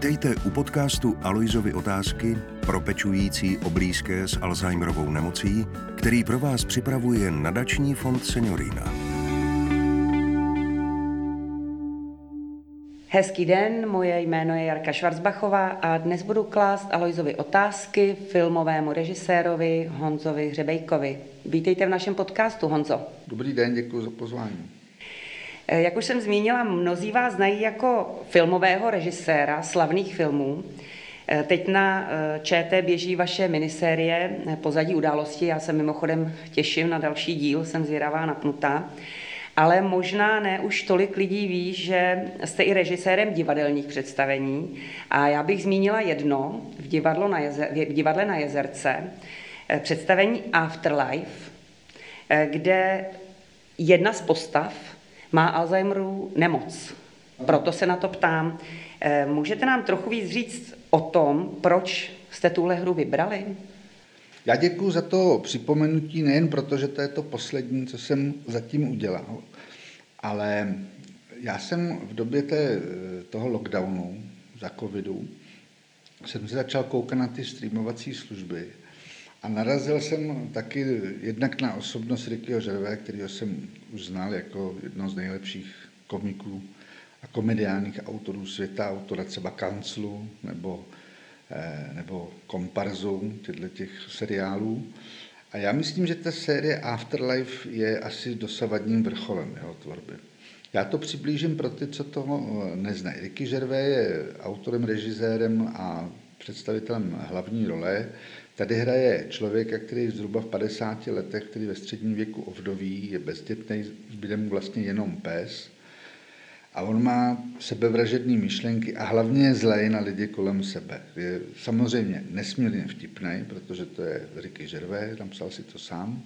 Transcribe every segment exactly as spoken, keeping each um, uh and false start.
Vítejte u podcastu Aloisovy otázky pro pečující o blízké s Alzheimerovou nemocí, který pro vás připravuje nadační fond Seniorina. Hezký den, moje jméno je Jarka Schwarzbachová a dnes budu klást Aloisovy otázky filmovému režisérovi Honzovi Hřebejkovi. Vítejte v našem podcastu, Honzo. Dobrý den, děkuji za pozvání. Jak už jsem zmínila, mnozí vás znají jako filmového režiséra slavných filmů. Teď na ČT běží vaše minisérie Pozadí události. Já se mimochodem těším na další díl, jsem zvědavá, napnutá. Ale možná ne už tolik lidí ví, že jste i režisérem divadelních představení. A já bych zmínila jedno v, divadlo na jezer, v divadle na Jezerce, představení Afterlife, kde jedna z postav má Alzheimerovu nemoc. Proto se na to ptám. Můžete nám trochu víc říct o tom, proč jste tuhle hru vybrali? Já děkuji za to připomenutí, nejen proto, že to je to poslední, co jsem zatím udělal, ale já jsem v době té, toho lockdownu za covidu jsem se začal koukat na ty streamovací služby a narazil jsem taky jednak na osobnost Rickyho Gervaise, kterého jsem už znal jako jedno z nejlepších komiků a komediálních autorů světa, autora třeba Kanclu nebo nebo Komparzu, těchto těch seriálů. A já myslím, že ta série Afterlife je asi dosavadním vrcholem jeho tvorby. Já to přiblížím pro ty, co toho neznají. Ricky Gervais je autorem, režisérem a představitelem hlavní role. Tady hraje člověka, který zhruba v padesáti letech, který ve středním věku ovdoví, je bezdětný, zbyde mu vlastně jenom pes. A on má sebevražedné myšlenky a hlavně je zlej na lidi kolem sebe. Je samozřejmě nesmírně vtipný, protože to je Ricky Gervais, tam psal si to sám.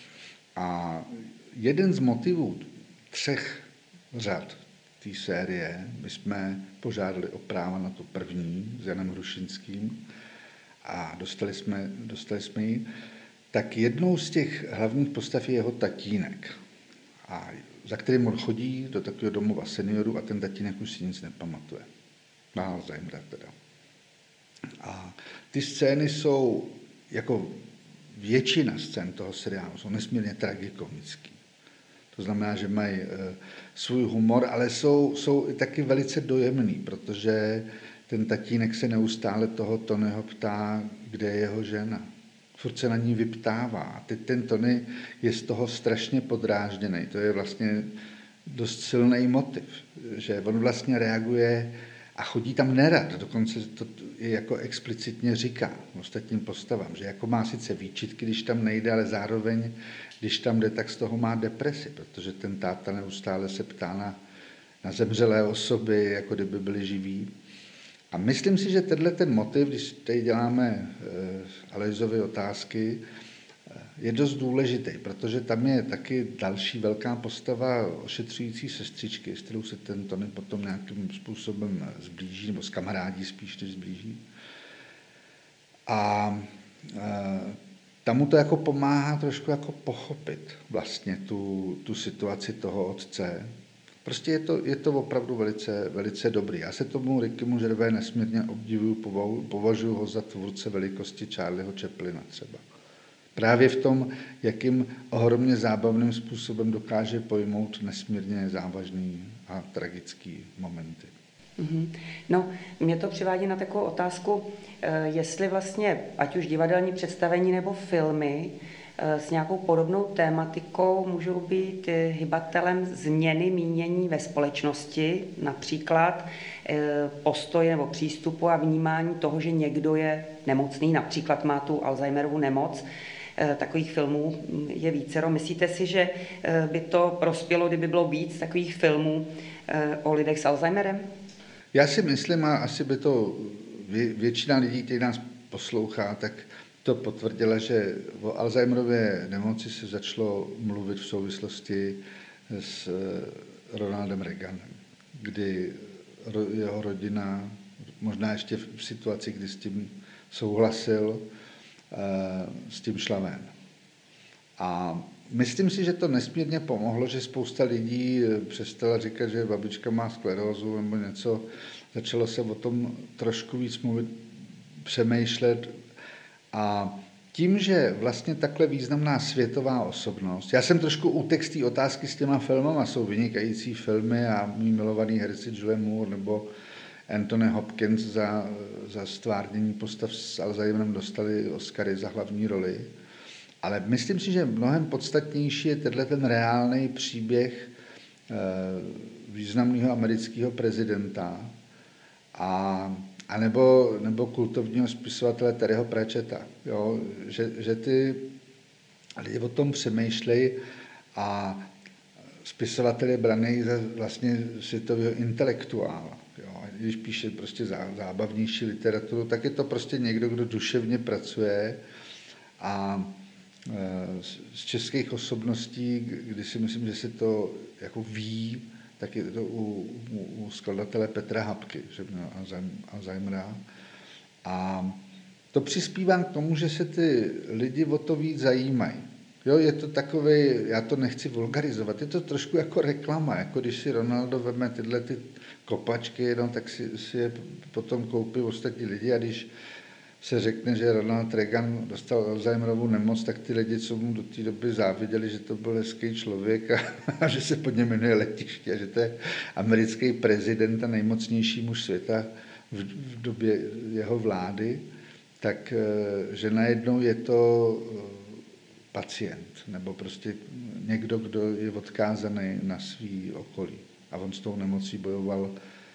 A jeden z motivů třech řad té série, my jsme požádali o práva na tu první s Janem Hrušinským a dostali jsme, dostali jsme ji, tak jednou z těch hlavních postav je jeho tatínek. A za kterým on chodí do takového domova seniorů a ten tatínek už si nic nepamatuje. Má Alzheimera teda. A ty scény jsou, jako většina scén toho seriálu, jsou nesmírně tragikomický. To znamená, že mají e, svůj humor, ale jsou, jsou i taky velice dojemný, protože ten tatínek se neustále toho Tonyho ptá, kde je jeho žena. Furt se na ní vyptává. A teď ten Tony je z toho strašně podrážděný. To je vlastně dost silný motiv, že on vlastně reaguje a chodí tam nerad. Dokonce to je jako explicitně říká ostatním postavám, že jako má sice výčitky, když tam nejde, ale zároveň, když tam jde, tak z toho má depresi, protože ten táta neustále se ptá na, na zemřelé osoby, jako kdyby byli živí. A myslím si, že tenhle ten motiv, když tady děláme Aloisovy otázky, je dost důležitý, protože tam je taky další velká postava ošetřující sestřičky, s kterou se ten Tony potom nějakým způsobem zblíží, nebo skamarádí spíš, než zblíží. A tam mu to jako pomáhá trošku jako pochopit vlastně tu, tu situaci toho otce. Prostě je to, je to opravdu velice, velice dobrý. Já se tomu Rickymu Gervais nesmírně obdivuju, považuji ho za tvůrce velikosti Charlieho Chaplina třeba. Právě v tom, jakým ohromně zábavným způsobem dokáže pojmout nesmírně závažný a tragický momenty. Mm-hmm. No, mě to přivádí na takovou otázku, jestli vlastně, ať už divadelní představení nebo filmy, s nějakou podobnou tématikou můžou být hybatelem změny mínění ve společnosti, například postoje nebo přístupu a vnímání toho, že někdo je nemocný, například má tu Alzheimerovu nemoc. Takových filmů je vícero. Myslíte si, že by to prospělo, kdyby bylo víc takových filmů o lidech s Alzheimerem? Já si myslím, a asi by to většina lidí, kteří nás poslouchá, tak to potvrdila, že o Alzheimerově nemoci se začalo mluvit v souvislosti s Ronaldem Reaganem, kdy jeho rodina, možná ještě v situaci, kdy s tím souhlasil, s tím šla ven. A myslím si, že to nesmírně pomohlo, že spousta lidí přestala říkat, že babička má sklerózu nebo něco začalo se o tom trošku víc mluvit, přemýšlet a tím, že vlastně takhle významná světová osobnost, já jsem trošku utek z té otázky s těma filmama, jsou vynikající filmy a mý milovaný herci Julianne Moore nebo Anthony Hopkins za, za stvárnění postav s Alzheimerem dostali Oscary za hlavní roli. Ale myslím si, že mnohem podstatnější je tenhle ten reálný příběh eh, významného amerického prezidenta a, a nebo, nebo kultovního spisovatele Terryho Pratchetta. Jo? Že, že ty lidi o tom přemýšlejí a spisovatel je braný za vlastně světového intelektuála. Jo? Když píše prostě zábavnější literaturu, tak je to prostě někdo, kdo duševně pracuje a z českých osobností, kdy si myslím, že se to jako ví, tak je to u, u, u skladatele Petra Hapky, že měl Alzheimera. A to přispívá k tomu, že se ty lidi o to víc zajímají. Jo, je to takový, já to nechci vulgarizovat, je to trošku jako reklama, jako když si Ronaldo veme tyhle ty kopačky, no, tak si, si je potom koupí ostatní lidi a když se řekne, že Ronald Reagan dostal Alzheimerovu nemoc, tak ty lidi, co mu do té doby záviděli, že to byl hezký člověk a, a že se pod něm jmenuje letiště a že to je americký prezident a nejmocnější muž světa v, v době jeho vlády, tak že najednou je to pacient nebo prostě někdo, kdo je odkázaný na svý okolí. A on s tou nemocí bojoval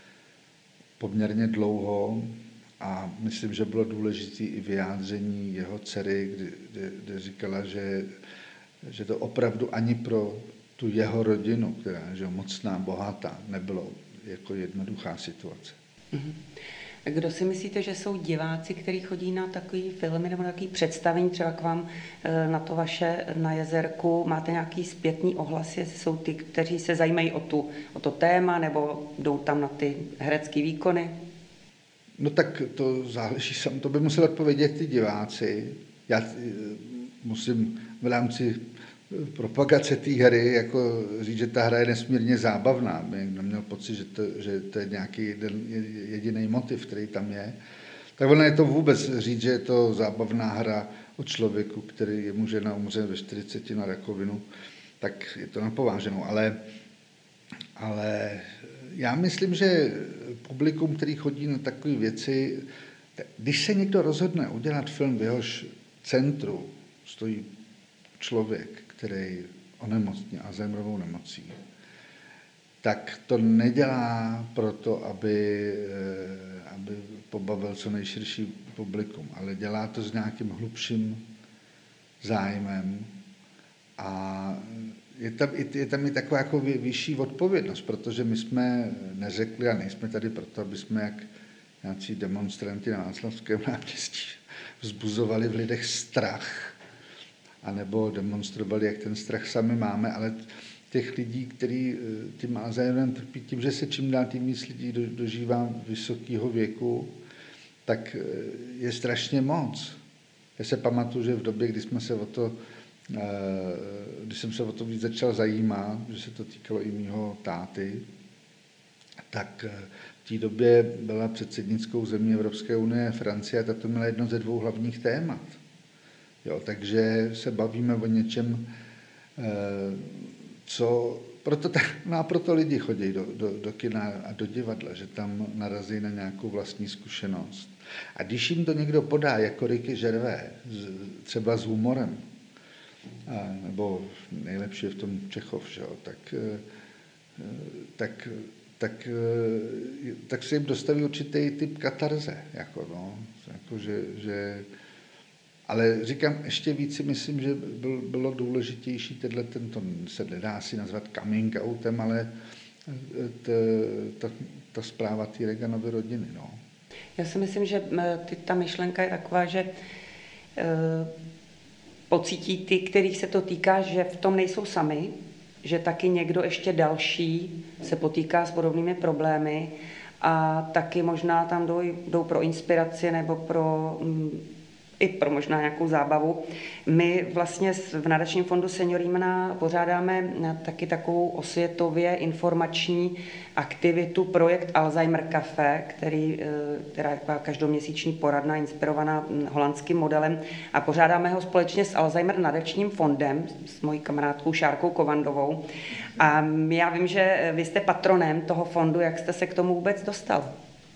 poměrně dlouho. A myslím, že bylo důležité i vyjádření jeho dcery, kdy, kdy, kdy říkala, že, že to opravdu ani pro tu jeho rodinu, která je mocná, bohatá, nebylo jako jednoduchá situace. Mm-hmm. Kdo si myslíte, že jsou diváci, kteří chodí na takové filmy nebo na takové představení, třeba k vám na to vaše na Jezerku? Máte nějaký zpětný ohlas, jestli jsou ty, kteří se zajímají o, tu, o to téma nebo jdou tam na ty herecké výkony? No tak to záleží, sam to by museli odpovědět ty diváci. Já musím v rámci propagace té hry jako říct, že ta hra je nesmírně zábavná. Bych neměl pocit, že to, že to je nějaký jeden, jediný motiv, který tam je. Tak ono je to vůbec říct, že je to zábavná hra o člověku, který je mu žena umře ve čtyřiceti na rakovinu, tak je to napováženou. Ale, ale já myslím, že publikum, který chodí na takové věci, když se někdo rozhodne udělat film, v jehož centru stojí člověk, který onemocní Alzheimerovou nemocí, tak to nedělá proto, aby, aby pobavil co nejširší publikum, ale dělá to s nějakým hlubším zájmem a je tam, je tam i taková jako vyšší odpovědnost, protože my jsme neřekli a nejsme tady proto, aby jsme jak nějací demonstranti na Václavském náměstí vzbuzovali v lidech strach, anebo demonstrovali, jak ten strach sami máme, ale těch lidí, kteří tím Alzheimerem trpí, tím, že se čím dál tím víc lidí dožívá vysokého věku, tak je strašně moc. Já se pamatuju, že v době, kdy jsme se o to když jsem se o to víc začal zajímat, že se to týkalo i mýho táty, tak v té době byla předsednickou zemí Evropské unie Francie a tato měla jedno ze dvou hlavních témat. Jo, takže se bavíme o něčem, co proto, no a proto lidi chodí do, do, do kina a do divadla, že tam narazí na nějakou vlastní zkušenost. A když jim to někdo podá jako Ricky Gervais, třeba s humorem, a, nebo nejlepší je v tom Čechov, že jo, tak, tak, tak, tak se jim dostaví určitý typ katarze. Jako, no, jako, že, že, ale říkám, ještě víc si myslím, že byl, bylo důležitější, tenhle tento se nedá si nazvat coming outem, ale t, ta, ta zpráva té Reaganovy rodiny. No. Já si myslím, že ty, ta myšlenka je taková, že e, pocítí ty, kterých se to týká, že v tom nejsou sami, že taky někdo ještě další se potýká s podobnými problémy a taky možná tam jdou, jdou pro inspiraci nebo pro, i pro možná nějakou zábavu. My vlastně v nadačním fondu Seniorímna pořádáme taky takovou osvětově informační aktivitu projekt Alzheimer Café, který, která je taková každoměsíční poradna inspirovaná holandským modelem a pořádáme ho společně s Alzheimer nadačním fondem s mojí kamarádkou Šárkou Kovandovou. A já vím, že vy jste patronem toho fondu, jak jste se k tomu vůbec dostal?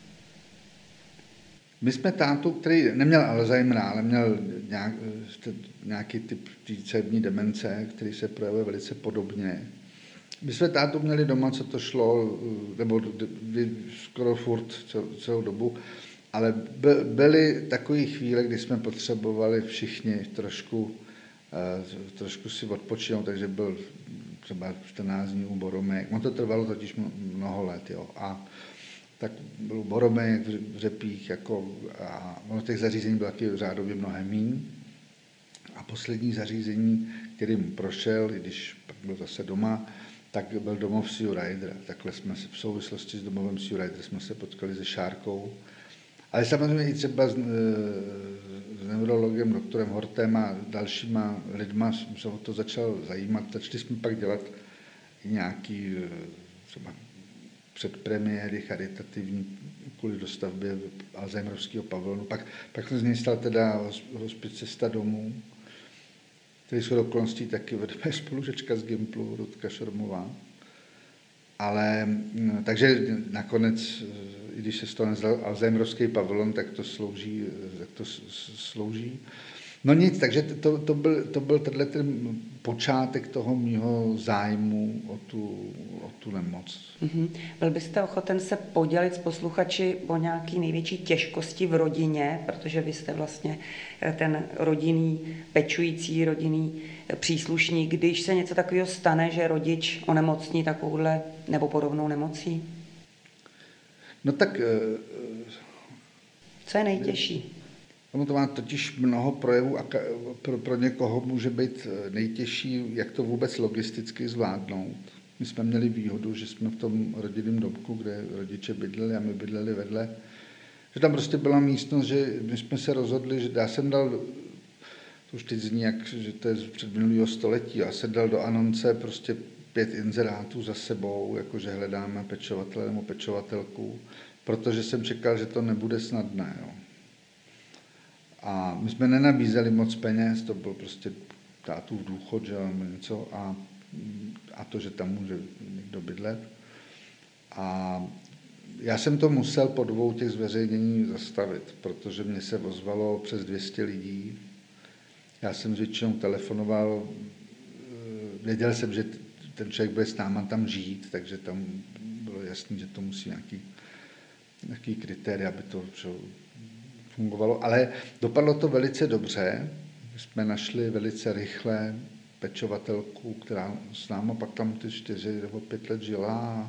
My jsme tátu, který neměl Alzheimera, ale měl nějak, nějaký typ cévní demence, který se projevuje velice podobně. My jsme tátu měli doma, co to šlo, nebo skoro furt celou dobu, ale byly takové chvíle, kdy jsme potřebovali všichni trošku, trošku si odpočinout, takže byl třeba čtrnáct dní u Boromek. On to trvalo totiž mnoho let, jo. A tak byl u Boromek, v Řepích, jako, a ono těch zařízení bylo taky řádově mnohem míň. A poslední zařízení, kterým prošel, i když pak byl zase doma, tak byl domov Sue Ryder. Takhle jsme se v souvislosti s domovem Sue Ryder jsme se potkali se Šárkou. Ale samozřejmě i třeba s, s neurologem, doktorem Hortem a dalšíma lidma jsem se o to začal zajímat. Začali jsme pak dělat nějaký třeba předpremiéry charitativní kvůli dostavbě Alzheimerovského pavilonu. Pak, pak se z něj stal teda hospicista domů, který jsou okolností taky vede spolužečka z Gimplu, Rutka Šormová. Ale, takže nakonec, i když se z toho nazval Alzheimerovský pavilon, tak to slouží, tak to slouží. No nic, takže to, to byl, to byl tenhle ten počátek toho mýho zájmu o tu, o tu nemoc. Mm-hmm. Byl byste ochoten se podělit s posluchači o nějaké největší těžkosti v rodině, protože vy jste vlastně ten rodinný, pečující rodinný příslušník, když se něco takového stane, že rodič onemocní takovouhle nebo podobnou nemocí? No tak... Co je nejtěžší? Ono to má totiž mnoho projevů a pro, pro někoho může být nejtěžší, jak to vůbec logisticky zvládnout. My jsme měli výhodu, že jsme v tom rodinném domku, kde rodiče bydleli a my bydleli vedle, že tam prostě byla místnost, že my jsme se rozhodli, že já jsem dal, to už teď zní, jak, že to je z předminulého století, já jsem dal do anonce prostě pět inzerátů za sebou, jakože hledáme pečovatele nebo pečovatelku, protože jsem čekal, že to nebude snadné. Jo. A my jsme nenabízeli moc peněz, to byl prostě tátův důchod, že něco, a, a to, že tam může někdo bydlet. A já jsem to musel po dvou těch zveřejnění zastavit, protože mě se ozvalo přes dvě stě lidí. Já jsem s většinou telefonoval, věděl jsem, že ten člověk bude s náma tam žít, takže tam bylo jasné, že to musí nějaký, nějaký kritéria, aby to fungovalo, ale dopadlo to velice dobře. Jsme našli velice rychle pečovatelku, která s námi pak tam ty čtyři nebo pět let žila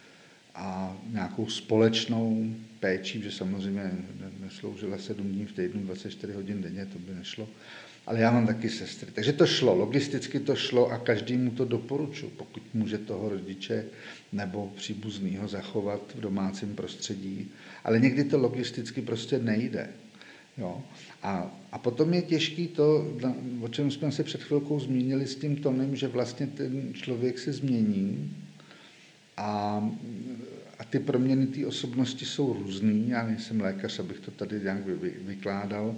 a nějakou společnou péčí, že samozřejmě nesloužila sedm dní v týdnu, dvacet čtyři hodin denně, to by nešlo. Ale já mám taky sestry. Takže to šlo, logisticky to šlo a každému to doporučuji, pokud může toho rodiče nebo příbuznýho zachovat v domácím prostředí. Ale někdy to logisticky prostě nejde. Jo? A, a potom je těžký to, o čem jsme se před chvilkou zmínili s tím tónem, že vlastně ten člověk se změní a, a ty proměny té osobnosti jsou různý. Já nejsem lékař, abych to tady nějak vy, vykládal.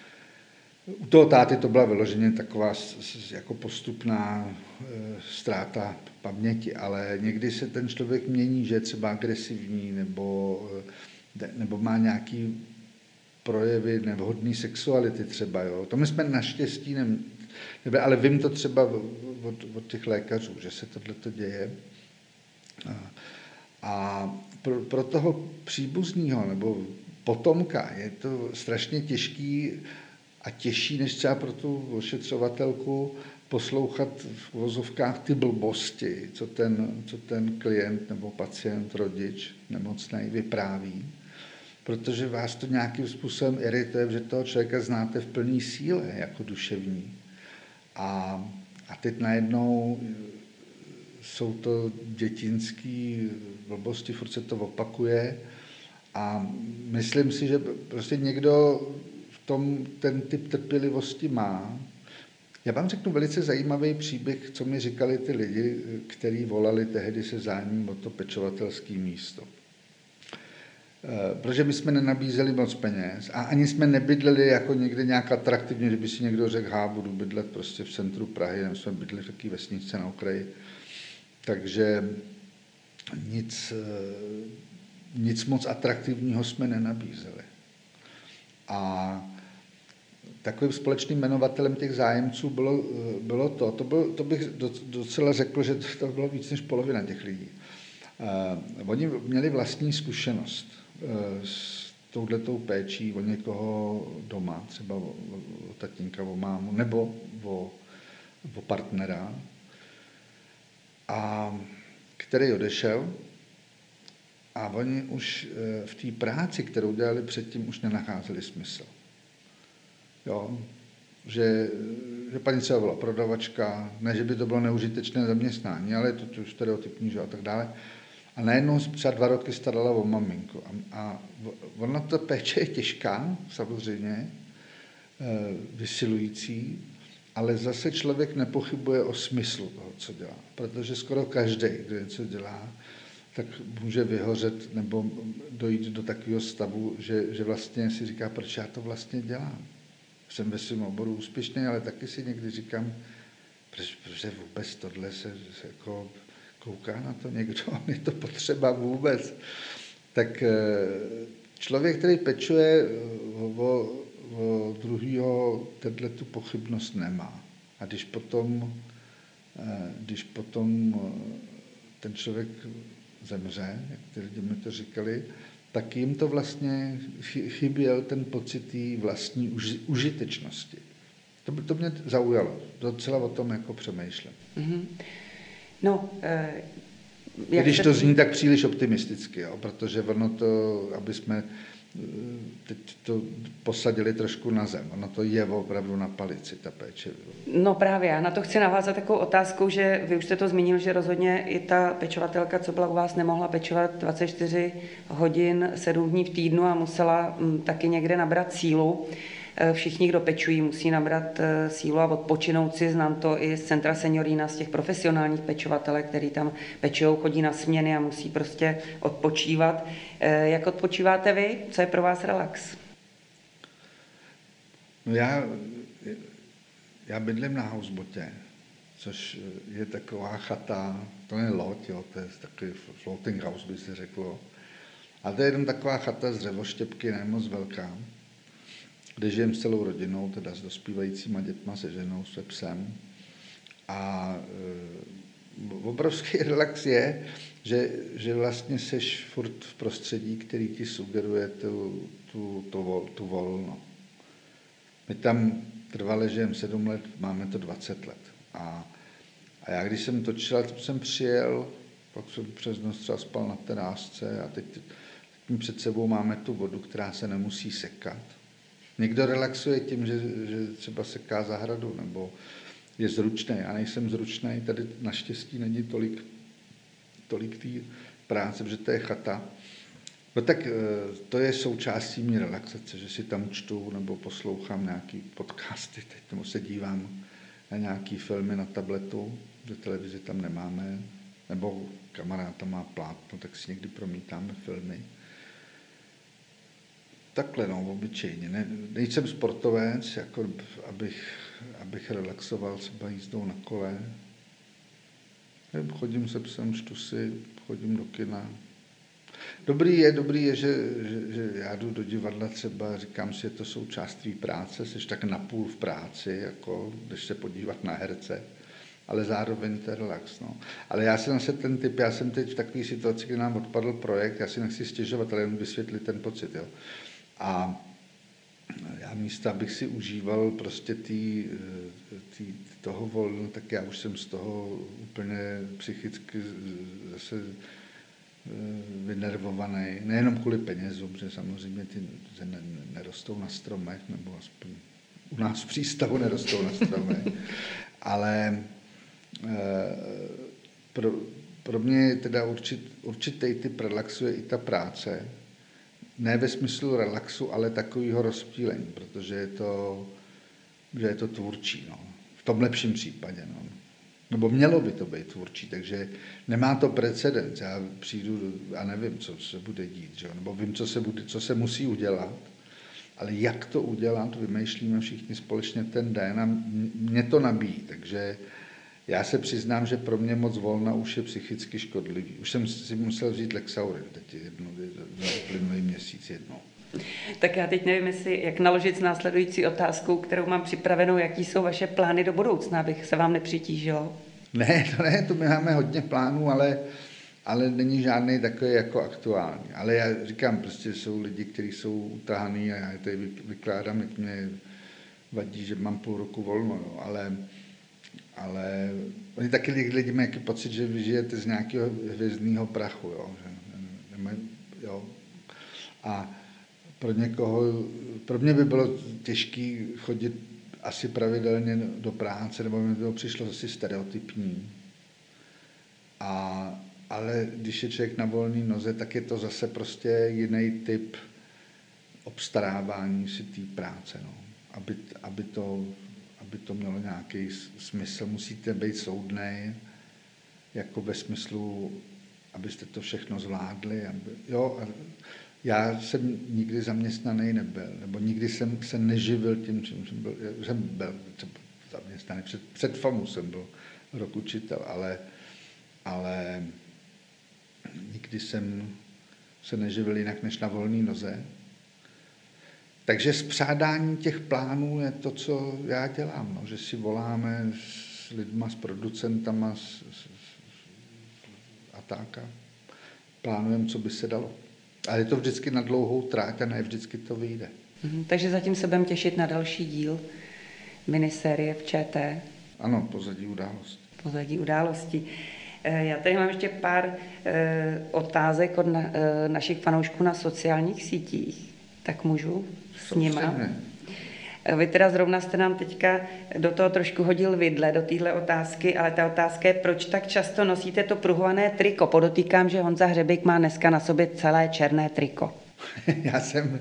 U toho táty to byla vyloženě taková jako postupná e, ztráta paměti, ale někdy se ten člověk mění, že je třeba agresivní nebo, e, nebo má nějaký projevy nevhodné sexuality třeba. Jo. To my jsme naštěstí neměli, ale vím to třeba od, od těch lékařů, že se tohleto děje. A, a pro, pro toho příbuzního nebo potomka je to strašně těžký a těžší než třeba pro tu ošetřovatelku poslouchat v uvozovkách ty blbosti, co ten, co ten klient nebo pacient, rodič nemocný vypráví. Protože vás to nějakým způsobem irituje, že toho člověka znáte v plné síle, jako duševní. A, a teď najednou jsou to dětinský blbosti, furt se to opakuje a myslím si, že prostě někdo tom ten typ trpělivosti má. Já vám řeknu velice zajímavý příběh, co mi říkali ty lidi, kteří volali tehdy se zájmem o to pečovatelské místo. Protože my jsme nenabízeli moc peněz a ani jsme nebydleli jako někde nějak atraktivně, že by si někdo řekl, há, budu bydlet prostě v centru Prahy, nebo jsme bydleli v takové vesničce na okraji. Takže nic, nic moc atraktivního jsme nenabízeli. A takovým společným jmenovatelem těch zájemců bylo, bylo to, to, bylo, to bych docela řekl, že to bylo víc než polovina těch lidí. Uh, oni měli vlastní zkušenost uh, s touhletou péčí o někoho doma, třeba o, o tatínka, o mámu, nebo o, o partnera, a který odešel a oni už uh, v té práci, kterou dělali předtím, už nenacházeli smysl. Jo, že, že paní třeba byla prodavačka, ne, že by to bylo neužitečné zaměstnání, ale je to stereotypní, že a tak dále. A najednou třeba dva roky starala o maminku. A, a ona ta péče je těžká, samozřejmě, vysilující, ale zase člověk nepochybuje o smyslu toho, co dělá. Protože skoro každý, kdo něco dělá, tak může vyhořet nebo dojít do takového stavu, že, že vlastně si říká, proč já to vlastně dělám. Jsem ve svém oboru úspěšný, ale taky si někdy říkám, proč, proč vůbec tohle se, se jako kouká na to někdo, je to potřeba vůbec. Tak člověk, který pečuje o, o druhýho, tenhle tu pochybnost nemá. A když potom, když potom ten člověk zemře, jak ty lidi mi to říkali, tak jim to vlastně chyběl ten pocit té vlastní užitečnosti. To, to mě zaujalo. Docela o tom jako přemýšlím. Mm-hmm. No, eh, jak Když se... to zní tak příliš optimisticky, jo, protože ono to, aby jsme teď to posadili trošku na zem. Ono to je opravdu na palici, ta péče. No právě, já na to chci navázat takovou otázkou, že vy už jste to zmínil, že rozhodně i ta pečovatelka, co byla u vás, nemohla pečovat dvacet čtyři hodin, sedm dní v týdnu a musela m, taky někde nabrat sílu. Všichni, kdo pečují, musí nabrat sílu a odpočinout si. Znám to i z Centra Seniorína, z těch profesionálních pečovatelek, který tam pečují, chodí na směny a musí prostě odpočívat. Jak odpočíváte vy? Co je pro vás relax? No já, já bydlím na housebotě, což je taková chata, to je loď, jo, to je takový floating house, by se řeklo. A to je jenom taková chata z dřevoštěpky, ne moc velká, kde žijem s celou rodinou, teda s dospívajícíma dětma, se ženou, se psem. A e, obrovský relax je, že, že vlastně seš furt v prostředí, který ti sugeruje tu, tu, tu, vol, tu volno. My tam trvale žijeme sedm let, máme to dvacet let. A, a já když jsem točil, jsem přijel, pak jsem přes noc třeba spal na terásce a teď, teď před sebou máme tu vodu, která se nemusí sekat. Někdo relaxuje tím, že, že třeba seká zahradu, nebo je zručný. Já nejsem zručný, tady naštěstí není tolik, tolik té práce, protože to je chata. No tak to je součástí mý relaxace, že si tam čtu nebo poslouchám nějaký podcasty, teď nebo se dívám na nějaký filmy na tabletu, že televizi tam nemáme, nebo kamarád tam má plátno, tak si někdy promítáme filmy. Takhle, no, obyčejně. Ne, nejsem sportovec, jako abych, abych relaxoval třeba jízdou na kole. Chodím se psem, čtu si, chodím do kina. Dobrý je, dobrý je, že, že, že já jdu do divadla třeba, říkám si, že to součást tvý práce, jsi tak napůl v práci, jako když se podívat na herce, ale zároveň to je relax. No. Ale já jsem zase ten typ, já jsem teď v takové situaci, kdy nám odpadl projekt, já si nechci stěžovat, ale jen vysvětlit ten pocit. Jo. A já místo, abych si užíval prostě tý, tý, toho volna, tak já už jsem z toho úplně psychicky zase vynervovaný. Nejenom kvůli penězům, protože samozřejmě ty nerostou na stromech, nebo aspoň u nás v přístavu nerostou na stromech. Ale pro, pro mě teda určit, určitý typ relaxuje i ta práce. ne ve smyslu relaxu, ale takového rozptýlení, protože je to, že je to tvůrčí, no. V tom lepším případě, no. Nebo mělo by to být tvůrčí, takže nemá to precedens. Já přijdu a nevím, co se bude dít, že? Nebo vím, co se, bude, co se musí udělat, ale jak to udělat, vymýšlíme všichni společně ten den a mě to nabíjí, takže já se přiznám, že pro mě moc volna už je psychicky škodlivý. Už jsem si musel vzít Lexaurin teď jednou, za uplynulý měsíc jednou. Tak já teď nevím, jestli, jak naložit s následující otázkou, kterou mám připravenou, jaký jsou vaše plány do budoucna, abych se vám nepřitížila. Ne, to ne, to my máme hodně plánů, ale, ale není žádný takový jako aktuální. Ale já říkám, prostě jsou lidi, kteří jsou utahaný a já tady vykládám, jak mě vadí, že mám půl roku volno, jo, ale ale oni taky lidi mají jaký pocit, že vy žijete z nějakého hvězdného prachu, jo, že nemají, jo. A pro někoho, pro mě by bylo těžké chodit asi pravidelně do práce, nebo mi to přišlo asi stereotypní. A, ale když je člověk na volné noze, tak je to zase prostě jiný typ obstarávání si té práce, no. Aby, aby to aby to mělo nějaký smysl, musíte být soudnej, jako ve smyslu, abyste to všechno zvládli. Aby, jo, já jsem nikdy zaměstnaný nebyl, nebo nikdy jsem se neživil tím, čím jsem byl. Jsem byl zaměstnaný, před, před FAMu jsem byl rok učitel, ale, ale nikdy jsem se neživil jinak než na volné noze. Takže spřádání těch plánů je to, co já dělám, no, že si voláme s lidma, s producentama s, s, a tak a plánujeme, co by se dalo. Ale je to vždycky na dlouhou tráť a ne vždycky to vyjde. Mhm, takže zatím se budeme těšit na další díl minisérie v ČT. Ano, pozadí události. Pozadí události. Já tady mám ještě pár otázek od na, našich fanoušků na sociálních sítích. Tak můžu s nima? Vy teda zrovna jste nám teďka do toho trošku hodil vidle, do téhle otázky, ale ta otázka je, proč tak často nosíte to pruhované triko? Podotýkám, že Honza Hřebejk má dneska na sobě celé černé triko. Já jsem...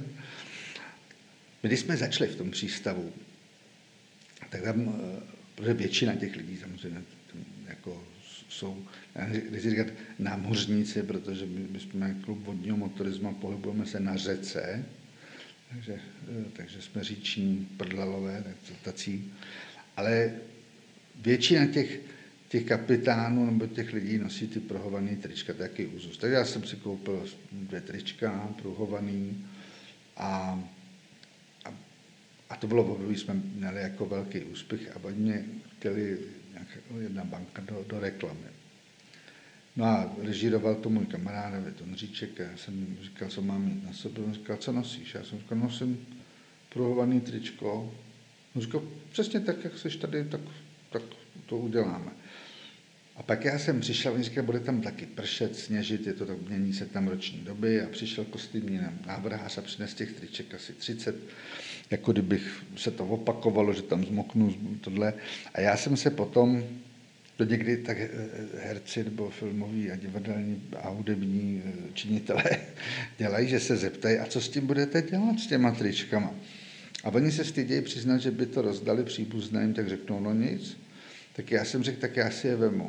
Když jsme začali v tom přístavu, tak tam, protože většina těch lidí samozřejmě jako jsou, nechci říkat námořníci, protože my, my jsme klub vodního motorismu a pohybujeme se na řece, takže, takže jsme říční prdlalové, tací, ale většina těch, těch kapitánů nebo těch lidí nosí ty pruhovaný trička, taky úzus. Takže já jsem si koupil dvě trička pruhovaný a, a, a to bylo období, jsme měli jako velký úspěch a oni mě chtěli nějaká jedna banka do, do reklamy. No a režíroval to můj kamarád David Ondříček a já jsem říkal, co mám mít na sobě. On říkal, co nosíš? Já jsem říkal, nosím pruhovaný tričko. On říkal, přesně tak, jak jsi tady, tak, tak to uděláme. A pak já jsem přišel, on říkal, bude tam taky pršet, sněžit, je to tak, mění se tam roční doby a přišel kostýmní návrhář a přines těch triček asi třicet, jako kdybych se to opakovalo, že tam zmoknu tohle. A já jsem se potom, to někdy tak herci nebo filmoví a divadelní a hudební činitelé dělají, že se zeptají, a co s tím budete dělat s těma tričkama? A oni se stydějí přiznat, že by to rozdali příbuzným, tak řeknou, no nic. Tak já jsem řekl, tak já si je vemu.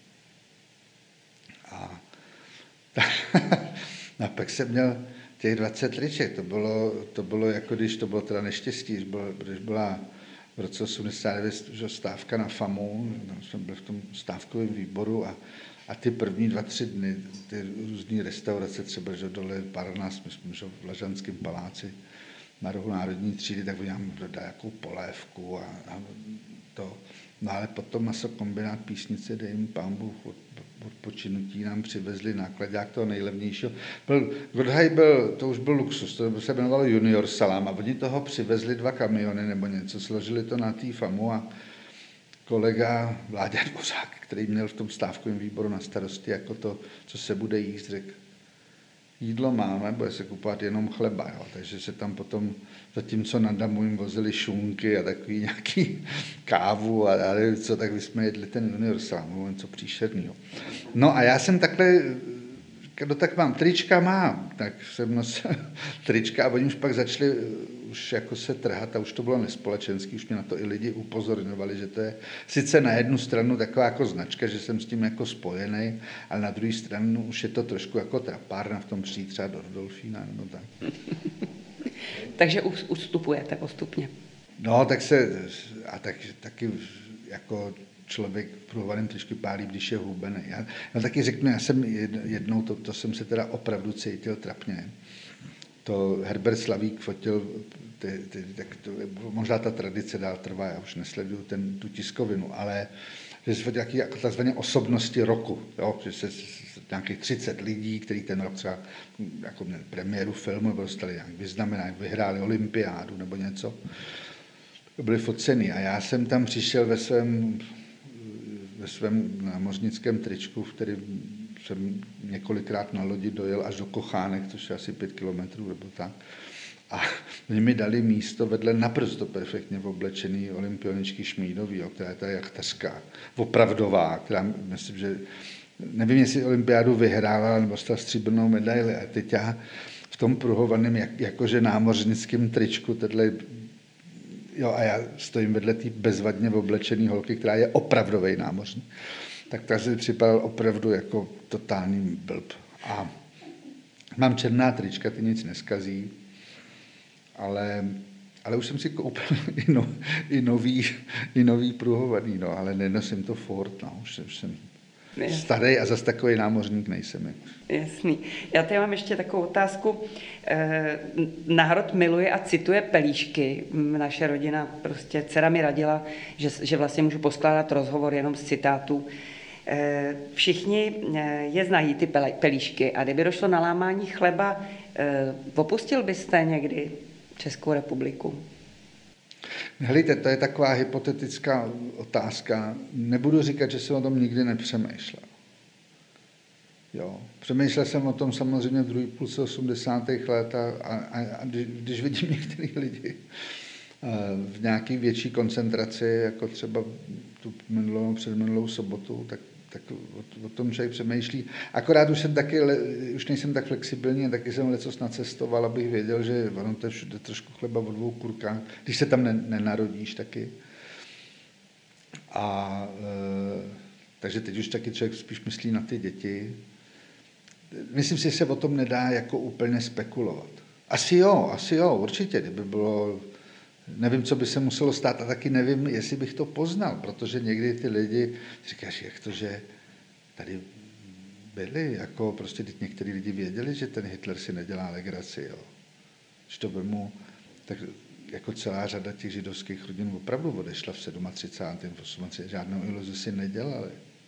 A, a pak jsem měl těch dvacet triček. To bylo, to bylo jako když to bylo teda neštěstí, když byla, když byla v roce osmdesát devět stávka na FAMu, tam jsme byli v tom stávkovém výboru a, a ty první dva, tři dny, ty různé restaurace, třeba že dole Parnas, my jsme že v Lažanském paláci na rohu Národní třídy, tak oni nám dodají jakou polévku a, a to. No ale potom masokombinát Písnice, dej jim pán Bůh od, odpočinutí, nám přivezli nákladák toho nejlevnějšího. Byl, Godhaj byl, to už byl luxus, to se jmenovalo Junior Salám a oni toho přivezli dva kamiony nebo něco, složili to na tý FAMu a kolega Vláďa Dvořák, který měl v tom stávkovém výboru na starosti jako to, co se bude jíst, řekl, jídlo máme, bude se kupovat jenom chleba, jo. Takže se tam potom, zatímco na Damu jim vozili šunky a takový nějaký kávu a, a nevím co, tak my jsme jedli ten Junior Salám, něco příšernýho. No a já jsem takhle No tak mám, trička mám, tak jsem nosil trička a oni už pak začali už jako se trhat a už to bylo nespolečenský, už mě na to i lidi upozorňovali, že to je sice na jednu stranu taková jako značka, že jsem s tím jako spojený, ale na druhou stranu už je to trošku jako trapárna v tom přijít třeba do Rudolfína nebo tak. Takže ustupujete postupně. No, tak se, a tak, taky jako člověk v pruhovaném tričku pálí, když je hubený. Já, já taky řeknu, já jsem jednou, to, to jsem se teda opravdu cítil trapně. To Herbert Slavík fotil, ty, ty, tak to, možná ta tradice dál trvá, já už nesleduju ten, tu tiskovinu, ale že se fotil nějaké jako takzvané osobnosti roku, jo? Že se nějakých třicet lidí, kteří ten rok třeba jako měli premiéru filmu, nebo dostali nějak vyznamenání, vyhráli olympiádu nebo něco. Byli foceni a já jsem tam přišel ve svém, ve svém námořnickém tričku, v kterém jsem několikrát na lodi dojel až do Kochánek, což je asi pět kilometrů nebo tak. A oni mi dali místo vedle naprosto perfektně oblečený olympioničky Šmídový, jo, která je ta jachtařka, opravdová, která myslím, že nevím, jestli olympiádu vyhrála nebo dostala stříbrnou medaili. A teď já v tom pruhovaném jak, jakože námořnickém tričku, tenhle, jo, a já stojím vedle té bezvadně oblečený holky, která je opravdový námořník. Tak ta si připadal opravdu jako totální blb. A mám černá trička, ty nic neskazí, ale, ale už jsem si koupil i, no, i nový, i nový pruhovaný, no, ale nenosím to furt, no, už, už jsem starý a zase takový námořník nejsem. Jasný. Já tady mám ještě takovou otázku. Národ miluje a cituje pelíšky. Naše rodina, prostě dcera mi radila, že, že vlastně můžu poskládat rozhovor jenom z citátů. Všichni je znají, ty pelíšky, a kdyby došlo na lámání chleba, opustil byste někdy Českou republiku? Hlejte, to je taková hypotetická otázka. Nebudu říkat, že jsem o tom nikdy nepřemýšlel. Jo. Přemýšlel jsem o tom samozřejmě v druhé půlce osmdesátých let a, a, a když, když vidím některý lidi v nějaké větší koncentraci, jako třeba tu minulou, předminulou sobotu, tak, tak o, o tom člověk přemýšlí. Akorát už jsem taky, už nejsem tak flexibilní, taky jsem lecos nacestoval, abych věděl, že ono to je všude trošku chleba o dvou kurkách, když se tam nenarodíš taky. A e, takže teď už taky člověk spíš myslí na ty děti. Myslím si, že se o tom nedá jako úplně spekulovat. Asi jo, asi jo, určitě, kdyby bylo, nevím, co by se muselo stát a taky nevím, jestli bych to poznal, protože někdy ty lidi říkáš, jak to, že tady byli, jako prostě teď některý lidi věděli, že ten Hitler si nedělá legraci, jo. Když to vemu, tak jako celá řada těch židovských rodin opravdu odešla v třicátém sedmém v osmdesátém žádnou iluzi si nedělali.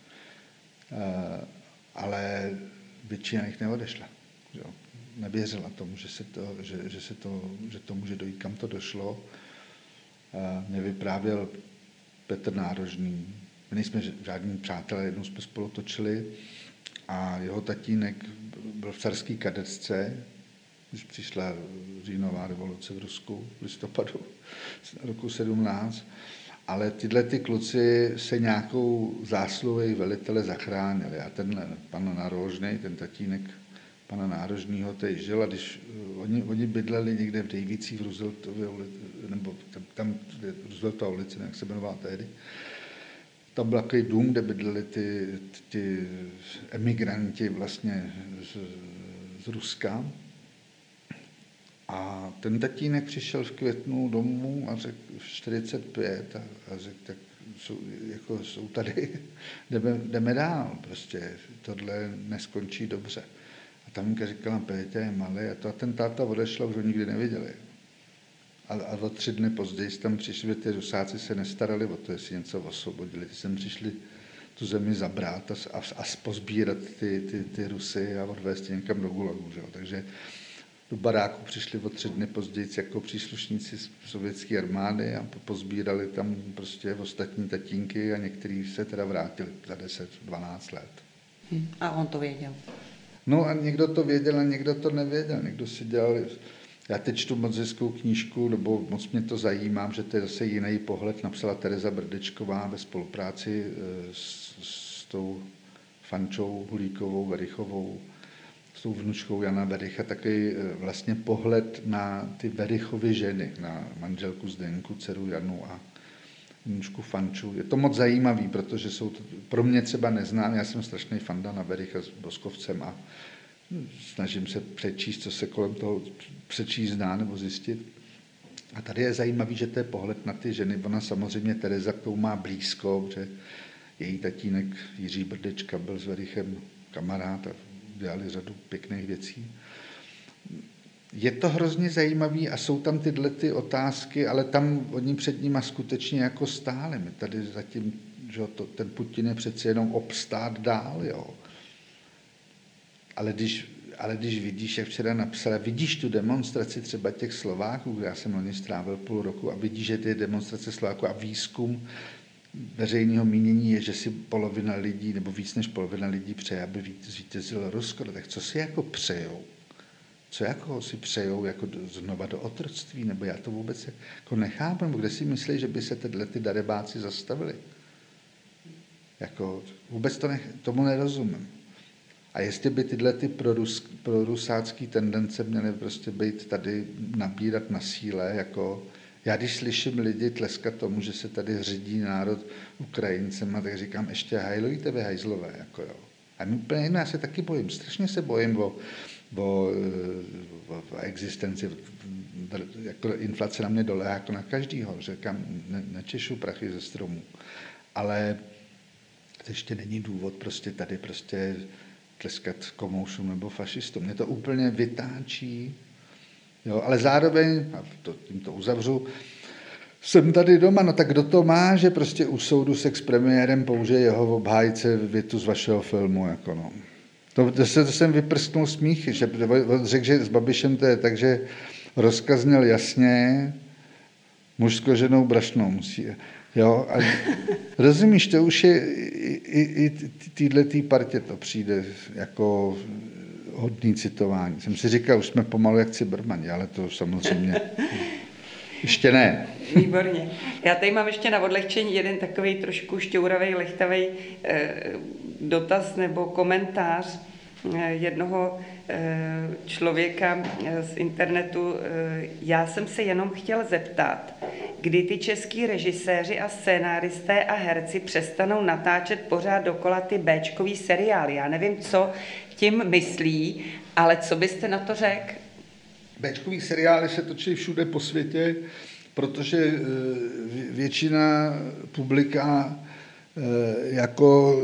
Ale většina jich neodešla. Jo. Nevěřila tomu, že, se to, že, že, se to, že to může dojít, kam to došlo. Mě vyprávěl Petr Nárožný. My nejsme žádní přátelé, jednou jsme spolu točili a jeho tatínek byl v carské kadetce, když přišla říjnová revoluce v Rusku v listopadu roku sedmnáct. Ale tyhle ty kluci se nějakou zásluhou velitele zachránili. A tenhle pan Nárožný, ten tatínek pana Nárožního, tady žil a když oni, oni bydleli někde v Dejvící v Rooseveltově ulici, nebo tam, tam Rooseveltova ulice, jak se jmenovala tehdy, tam byl takový dům, kde bydleli ty, ty emigranti vlastně z, z Ruska. A ten tatínek přišel v květnu domů a řekl v čtyřicet pět a, a řekl, tak jsou, jako jsou tady, jdeme, jdeme dál, prostě tohle neskončí dobře. A taminka říkala, Pétě je malý a to a ten táta odešla, už ho nikdy neviděli. A, a o tři dny později tam přišli, ty Rusáci se nestarali o to, jestli něco osvobodili. Ty sem přišli tu zemi zabrat a, a, a pozbírat ty, ty, ty Rusy a odvést je někam do Gulagu. Že? Takže do baráku přišli o tři dny později jako příslušníci sovětské armády a pozbírali tam prostě ostatní tatínky a někteří se teda vrátili za deset dvanáct let. Hmm. A on to věděl. No a někdo to věděl a někdo to nevěděl. Někdo si dělal, já teď čtu moc hezkou knížku, nebo moc mě to zajímá, že to je zase jiný pohled, napsala Tereza Brdečková ve spolupráci s, s tou Fančou, Hulíkovou, Verichovou. tou vnučkou Jana Wericha takový vlastně pohled na ty Werichovy ženy, na manželku Zdenku, dceru Janu a vnučku Fanču. Je to moc zajímavý, protože jsou to, pro mě třeba neznám, já jsem strašný fanda na Wericha s Boskovcem a snažím se přečíst, co se kolem toho přečíst dá nebo zjistit. A tady je zajímavý, že to je pohled na ty ženy. Ona samozřejmě Tereza k tomu má blízko, že její tatínek Jiří Brdečka byl s Werichem kamarád a dělali řadu pěkných věcí. Je to hrozně zajímavý a jsou tam tyhle ty otázky, ale tam oni před nima skutečně jako stáli. My tady zatím, že to, ten Putin je přece jenom obstát dál, jo. Ale když, ale když vidíš, jak včera napsala, vidíš tu demonstraci třeba těch Slováků, já jsem loni strávil půl roku a vidíš, že ty demonstrace Slováků a výzkum veřejného mínění je, že si polovina lidí, nebo víc než polovina lidí přeje, aby zvítězilo Rusko. Tak co si jako přejou? Co jako si přejou jako znova do otroctví? Nebo já to vůbec jako nechápu, nebo kde si myslí, že by se tyhle ty darebáci zastavili? Jako vůbec to nech, tomu nerozumím. A jestli by tyhle ty prorus, prorusácké tendence měly prostě být tady nabírat na síle, jako já když slyším lidi tleskat tomu, že se tady hřidí národ Ukrajincema, tak říkám, ještě hajlujte vy hajzlové, jako jo. A my úplně jiné, já se taky bojím, strašně se bojím o, o, o, o existenci, jako inflace na mě dolehá jako na každýho, říkám, ne, nečešu prachy ze stromů. Ale to ještě není důvod prostě tady prostě tleskat komoušům nebo fašistům. Mě to úplně vytáčí. Jo, ale zároveň, a to, tím to uzavřu, jsem tady doma, no tak kdo to má, že prostě u soudu se s premiérem použije jeho obhájce větu z vašeho filmu, jako no. To, to, se, to jsem vyprsknul smíchy, že řekl, že s Babišem to je tak, že rozkaz měl jasně, mužsko ženou brašnou musí. Jo, a rozumíš, to už je i, i, i týhletý partě to přijde jako hodný citování. Jsem si říkal, už jsme pomalu jak Cibermani, ale to samozřejmě ještě ne. Výborně. Já tady mám ještě na odlehčení jeden takový trošku šťouravej, lechtavej eh, dotaz nebo komentář eh, jednoho eh, člověka eh, z internetu. Eh, já jsem se jenom chtěl zeptat, kdy ty český režiséři a scénáristé a herci přestanou natáčet pořád dokola ty béčkový seriály. Já nevím, co tím myslí, ale co byste na to řekl? Béčkový seriály se točí všude po světě, protože většina publika jako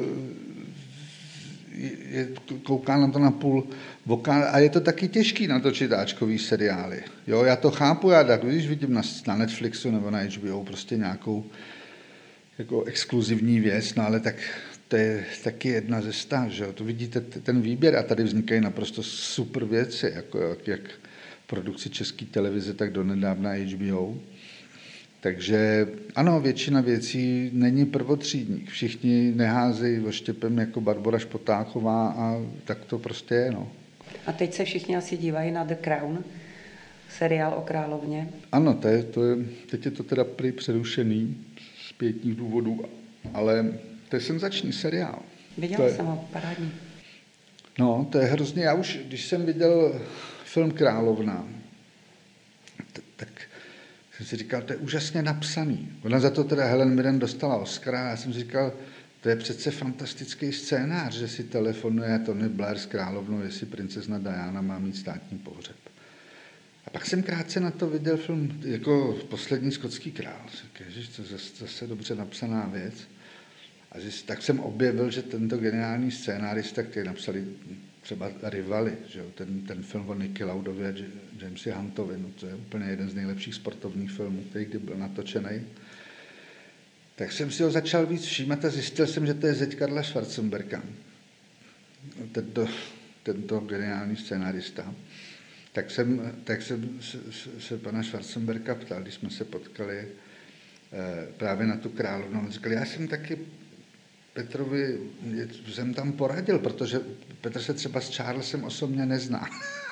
je, kouká na to na půl voká a je to taky těžký natočit áčkový seriály. Jo, já to chápu, já tak, když vidím na, na Netflixu nebo na H B O prostě nějakou jako exkluzivní věc, no ale tak to je taky jedna ze sta, že jo, to vidíte ten výběr a tady vznikají naprosto super věci, jako jak, jak produkci České televize, tak donedávna H B O. Takže ano, většina věcí není prvotřídník. Všichni neházejí oštěpem jako Barbora Špotáková a tak to prostě je, no. A teď se všichni asi dívají na The Crown, seriál o královně. Ano, to je, to je, teď je to teda prý přerušený z pětních důvodů, ale to je senzační seriál. Viděla jsem ho, parádní. No, to je hrozně, já už, když jsem viděl film Královna, t- tak jsem si říkal, to je úžasně napsaný. Ona za to teda Helen Mirren dostala Oscara a já jsem si říkal, to je přece fantastický scénář, že si telefonuje Tony Blair s královnou, jestli princezna Diana má mít státní pohřeb. A pak jsem krátce na to viděl film jako Poslední skotský král. Ježiš, to je zase dobře napsaná věc. A tak jsem objevil, že tento geniální scénárista, který napsali třeba Rivali, že jo, ten, ten film o Nicky Laudově a Jamesi Huntovi, no to je úplně jeden z nejlepších sportovních filmů, který kdy byl natočený. Tak jsem si ho začal víc všímat a zjistil jsem, že to je zeď Karla Schwarzenberga, tento, tento geniální scénárista. Tak jsem, tak jsem se, se pana Schwarzenberga ptal, když jsme se potkali eh, právě na tu královnu. On říkal, já jsem taky Petrovi, jsem tam poradil, protože Petr se třeba s Charlesem osobně nezná.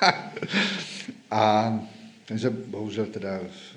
A takže bohužel teda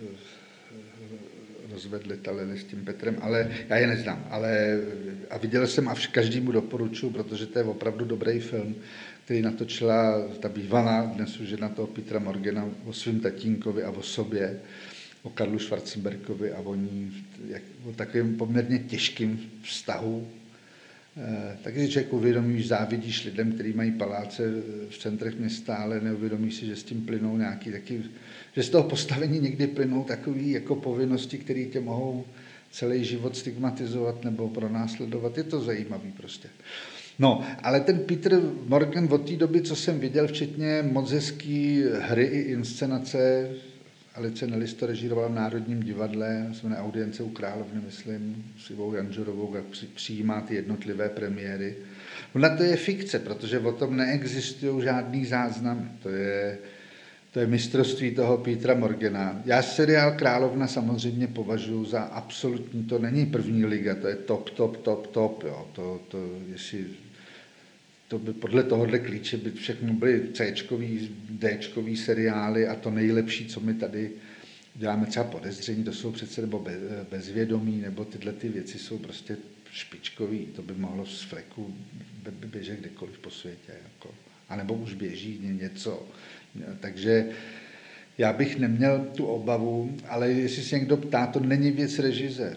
rozvedli Taleny s tím Petrem, ale já je neznám. Ale, a viděl jsem a každému doporučuji, protože to je opravdu dobrý film, který natočila ta bývalá, dnes už žena toho Petra Morgana, o svém tatínkovi a o sobě, o Karlu Schwarzenbergovi a o ní, jak, o takovém poměrně těžkém vztahu. E, taky si člověk uvědomí, že závidíš lidem, kteří mají paláce v centrech města, ale neuvědomíš si, že s tím plynou nějaký taky, že z toho postavení někdy plynou takové jako povinnosti, které tě mohou celý život stigmatizovat nebo pronásledovat. Je to zajímavý prostě. No, ale ten Peter Morgan od té doby, co jsem viděl, včetně moc hezký hry i inscenace, Alice Nellis to režírovala v Národním divadle, se jmenuje Audience u královny, myslím, s Ivou Janžurovou, jak přijímá ty jednotlivé premiéry. Ona to je fikce, protože o tom neexistují žádný záznam. To je, to je mistrovství toho Petra Morgana. Já seriál Královna samozřejmě považuji za absolutní, to není první liga, to je top, top, top, top. Jo. To, to, jestli, to by podle tohohle klíče by všechno byly C-čkový, D-čkový seriály a to nejlepší, co my tady děláme třeba Podezření, to jsou přece nebo Bezvědomí, nebo tyhle ty věci jsou prostě špičkový, to by mohlo z fleku běžet kdekoliv po světě. Jako. A nebo už běží něco. Takže já bych neměl tu obavu, ale jestli se někdo ptá, to není věc režisér.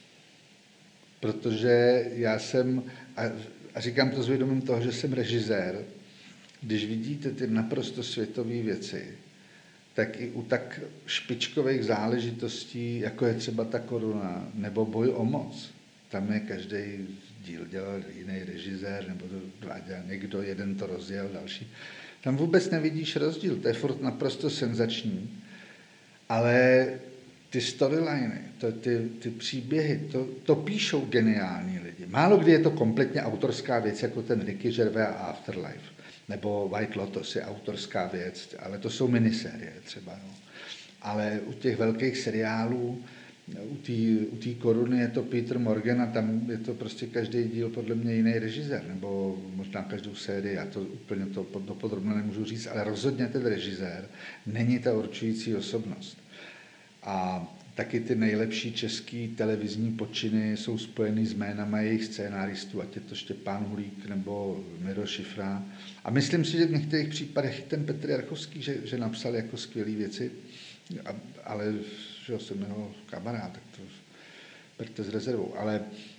Protože já jsem, a, a říkám to s vědomím toho, že jsem režisér, když vidíte ty naprosto světové věci, tak i u tak špičkových záležitostí, jako je třeba ta Koruna, nebo Boj o moc, tam je každý díl dělal jiný režisér, nebo to dělal někdo, jeden to rozjel, další. Tam vůbec nevidíš rozdíl, to je furt naprosto senzační, ale ty storyliny, to, ty, ty příběhy, to, to píšou geniální lidi. Málo kdy je to kompletně autorská věc, jako ten Ricky Gervais a Afterlife, nebo White Lotus je autorská věc, ale to jsou minisérie třeba. No. Ale u těch velkých seriálů, u té u té Koruny je to Peter Morgan a tam je to prostě každý díl podle mě jiný režisér, nebo možná každou sérii, já to úplně to dopodrobně nemůžu říct, ale rozhodně ten režisér není ta určující osobnost. A taky ty nejlepší český televizní počiny jsou spojeny s jménama jejich scénáristů, ať je to Štěpán Hulík nebo Miro Šifra. A myslím si, že v některých případech ten Petr Jarchovský, že, že napsal jako skvělé věci, ale že jsem jeho kamarád, tak to berte s rezervou. Ale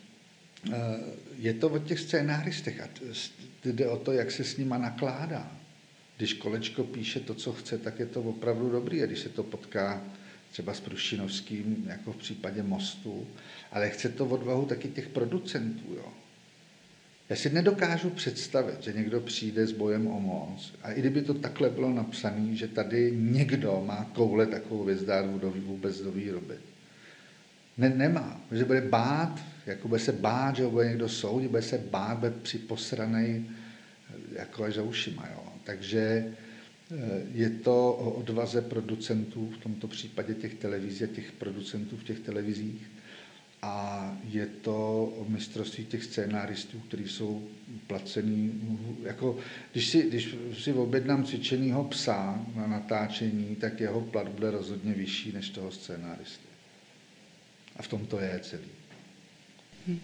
je to o těch scénáristech a jde o to, jak se s nima nakládá. Když Kolečko píše to, co chce, tak je to opravdu dobrý. A když se to potká třeba s Prušinovským, jako v případě Mostu, ale chce to odvahu taky těch producentů. Jo. Já si nedokážu představit, že někdo přijde s Bojem o moc a i kdyby to takhle bylo napsané, že tady někdo má koule takovou hvězdáru vůbec do výroby. Ne, nemá, že bude bát, jako bude se bát, že ho bude někdo soudit, bude se bát, bude připosranej jako až za ušima. Jo. Takže je to o odvaze producentů, v tomto případě těch televizí a těch producentů v těch televizích. A je to o mistrovství těch scénáristů, kteří jsou placený. Jako, když, si, když si objednám cvičenýho psa na natáčení, tak jeho plat bude rozhodně vyšší než toho scénáristy. A v tom to je celý. Hmm.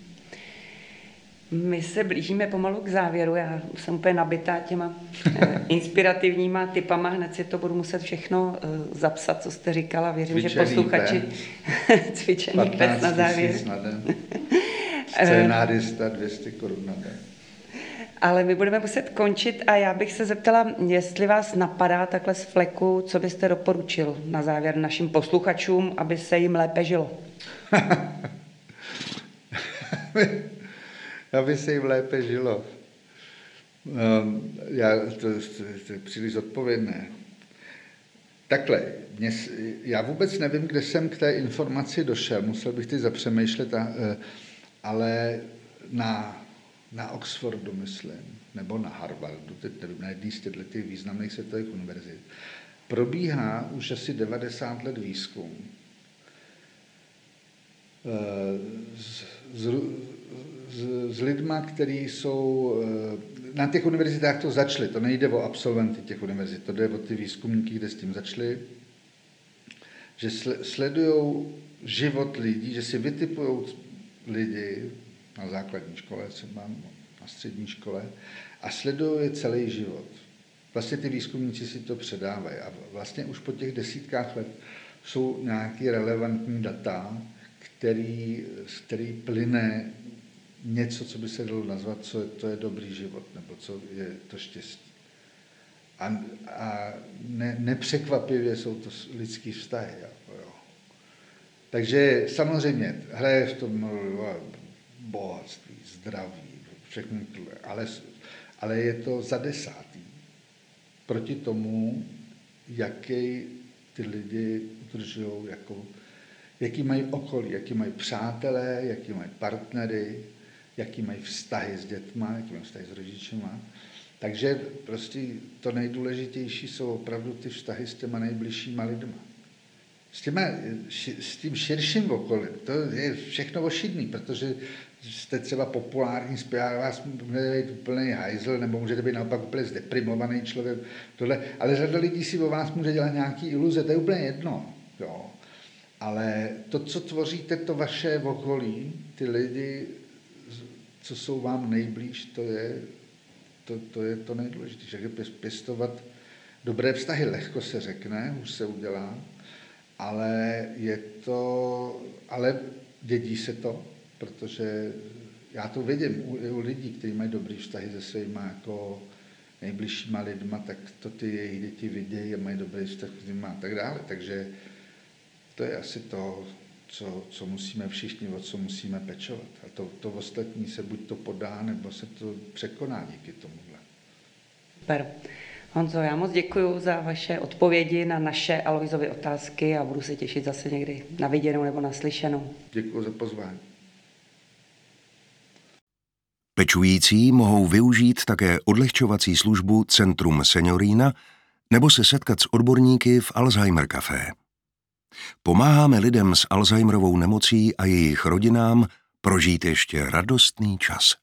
My se blížíme pomalu k závěru, já jsem úplně nabitá těma eh, inspirativníma typama, hned si to budu muset všechno eh, zapsat, co jste říkala, věřím, cvičený že posluchači cvičený pes na závěr. Na den. Scénárista dvě stě korun na den. Ale my budeme muset končit a já bych se zeptala, jestli vás napadá takhle z fleku, co byste doporučil na závěr našim posluchačům, aby se jim lépe žilo. Aby se jim lépe žilo. Um, já, to, to, to je příliš odpovědné. Takhle, mě, já vůbec nevím, kde jsem k té informaci došel, musel bych teď zapřemýšlet, a, ale na, na Oxfordu, myslím, nebo na Harvardu, teď nevím, na jedný z těchto významných světových univerzit, probíhá už asi devadesát let výzkum z, z, s, s lidma, kteří jsou na těch univerzitách to začali, to nejde o absolventy těch univerzit, to jde o ty výzkumníky, kde s tím začali, že sledují život lidí, že si vytipují lidi na základní škole, třeba na střední škole, a sledují je celý život. Vlastně ty výzkumníci si to předávají a vlastně už po těch desítkách let jsou nějaké relevantní data, který, z který plyne něco, co by se dalo nazvat, co je, to je dobrý život, nebo co je to štěstí. A, a ne, nepřekvapivě jsou to lidský vztahy. Jako jo. Takže samozřejmě hraje v tom bohatství, zdraví, všechno tohle, ale, ale je to za desátý proti tomu, jaký ty lidi udržují, jako, jaký mají okolí, jaký mají přátelé, jaký mají partnery, jaký mají vztahy s dětma, jaký mají vztahy s rodičima. Takže prostě to nejdůležitější jsou opravdu ty vztahy s těma nejbližšíma lidma. S, těma, s tím širším okolím, to je všechno ošidný, protože jste třeba populární zpěvák, vás můžete být úplný hajzl, nebo můžete být naopak úplně zdeprimovaný člověk, tohle, ale řada lidí si o vás může dělat nějaký iluze, to je úplně jedno. Jo. Ale to, co tvoříte, to vaše okolí, ty lidi, co jsou vám nejblíž, to je to, to, je to nejdůležitější. Takže pěstovat dobré vztahy lehko se řekne, už se udělá, ale je to, ale dědí se to, protože já to vidím u, u lidí, kteří mají dobrý vztahy se svýma jako nejbližšíma lidma, tak to ty jejich děti vidějí a mají dobrý vztah s nimi a tak dále. Takže to je asi to, co, co musíme všichni, o co musíme pečovat. A to, to ostatní se buď to podá, nebo se to překoná díky tomuhle. Super. Honzo, já moc děkuji za vaše odpovědi na naše Aloisovy otázky a budu se těšit zase někdy na viděnou nebo na slyšenou. Děkuji za pozvání. Pečující mohou využít také odlehčovací službu Centrum Seniorina nebo se setkat s odborníky v Alzheimer Café. Pomáháme lidem s Alzheimerovou nemocí a jejich rodinám prožít ještě radostný čas.